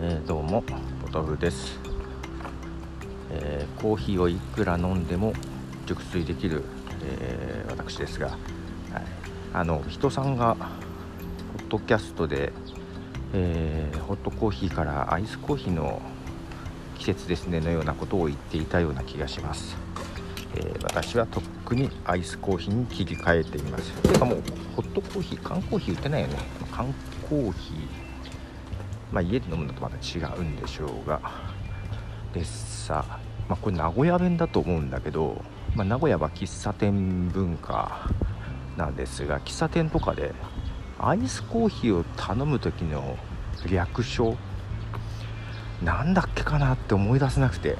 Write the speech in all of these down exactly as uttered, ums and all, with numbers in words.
えー、どうもポトフです、えー、コーヒーをいくら飲んでも熟睡できる、えー、私ですが、はい、あの人さんがポッドキャストで、えー、ホットコーヒーからアイスコーヒーの季節ですねのようなことを言っていたような気がします。えー、私はとっくにアイスコーヒーに切り替えています。てかもうホットコーヒー缶コーヒー売ってないよね。缶コーヒー、まあ、家で飲むのとまた違うんでしょうが、でさ、まあ、これ名古屋弁だと思うんだけど、まあ、名古屋は喫茶店文化なんですが、喫茶店とかでアイスコーヒーを頼む時の略称なんだっけかなって思い出せなくて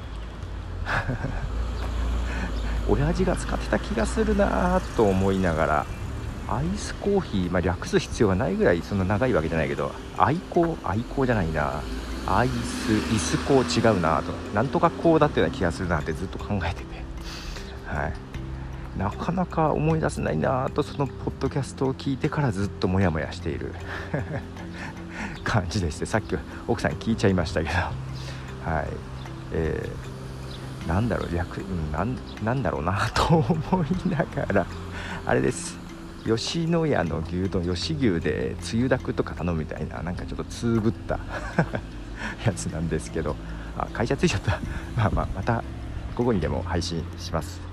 親父が使ってた気がするなと思いながら、アイスコーヒー、まあ、略す必要がないぐらいその長いわけじゃないけど、アイコーアイコーじゃないな、アイスイスコー違うなと、なんとかこうだったような気がするなってずっと考えてて、はい、なかなか思い出せないなと、そのポッドキャストを聞いてからずっとモヤモヤしている感じでして、さっき奥さんに聞いちゃいましたけど、はい、えー、なんだろう略、うん、なん、なんだろうなと思いながら、あれです、吉野家の牛丼、吉牛でつゆだくとか頼むみたいな、なんかちょっとつぶったやつなんですけど、あ、会社ついちゃったまあまあまた午後にでも配信します。